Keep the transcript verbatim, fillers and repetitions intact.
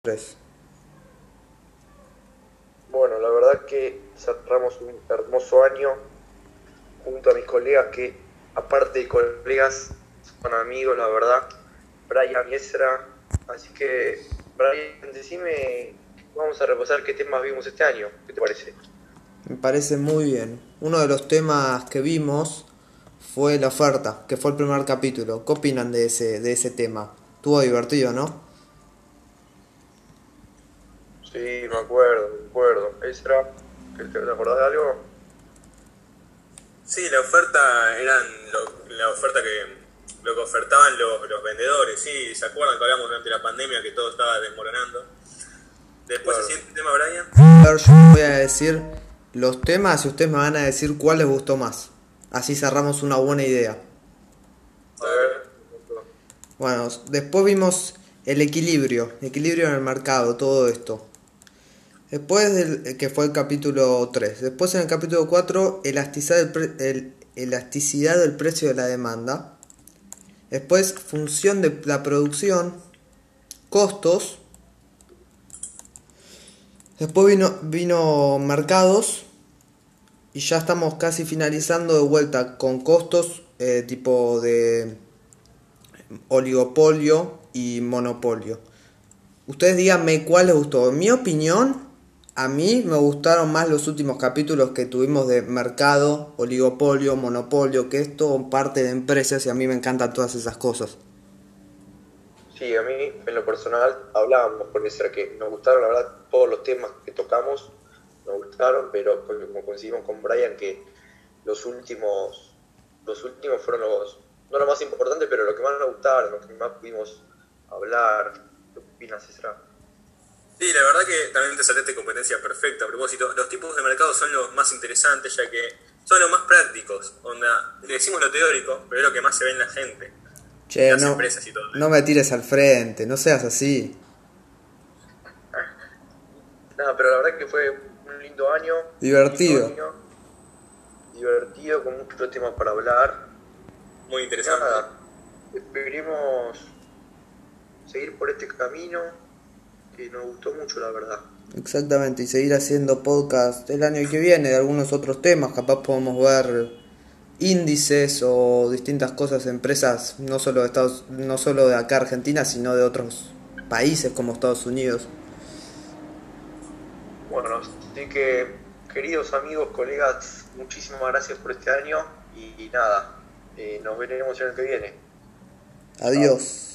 Tres. Bueno, la verdad que cerramos un hermoso año junto a mis colegas que, aparte de colegas, son amigos, la verdad. Brian y Ezra. Así que, Brian, decime, vamos a repasar qué temas vimos este año. ¿Qué te parece? Me parece muy bien. Uno de los temas que vimos fue la oferta, que fue el primer capítulo. ¿Qué opinan de ese, de ese tema? Estuvo divertido, ¿no? Sí, me acuerdo, me acuerdo. Ezra, ¿te te acordás de algo? Sí, la oferta eran lo- la oferta que lo que ofertaban los, los vendedores. Sí, ¿se acuerdan que hablamos durante la pandemia que todo estaba desmoronando? Después el Claro. siguiente tema, Brian. A ver, yo voy a decir los temas y ustedes me van a decir cuál les gustó más. Así cerramos una buena idea. A Dale. ver. Bueno, después vimos el equilibrio, equilibrio en el mercado, todo esto. Después del que fue el capítulo tres. Después en el capítulo cuatro, elasticidad del, pre- el- elasticidad del precio de la demanda. Después, función de la producción, costos. Después vino, vino mercados. Y ya estamos casi finalizando de vuelta con costos eh, tipo de oligopolio y monopolio. Ustedes díganme cuál les gustó. En mi opinión, a mí me gustaron más los últimos capítulos que tuvimos de mercado, oligopolio, monopolio, que es todo parte de empresas y a mí me encantan todas esas cosas. Sí, a mí, en lo personal, hablábamos con Ezra que nos gustaron, la verdad, todos los temas que tocamos, nos gustaron, pero como coincidimos con Brian que los últimos, los últimos fueron los, no los más importantes, pero los que más nos gustaron, los que más pudimos hablar. ¿Qué opinas, Ezra? Sí, la verdad que también te saliste competencia perfecta. A propósito, los tipos de mercado son los más interesantes ya que son los más prácticos. Onda, le decimos lo teórico, pero es lo que más se ve en la gente, en Che, las no, empresas y todo no eso. me tires al frente, no seas así. Nada, pero la verdad que fue un lindo año, un lindo Divertido. año, divertido, con muchos temas para hablar. Muy Y interesante. nada, esperemos seguir por este camino que nos gustó mucho, la verdad. Exactamente, y seguir haciendo podcast el año que viene de algunos otros temas. Capaz podemos ver índices o distintas cosas, empresas, no solo de Estados, no solo de acá Argentina, sino de otros países como Estados Unidos. Bueno, así que, queridos amigos, colegas, muchísimas gracias por este año y, y nada, eh, nos veremos en el que viene. Chao. Adiós.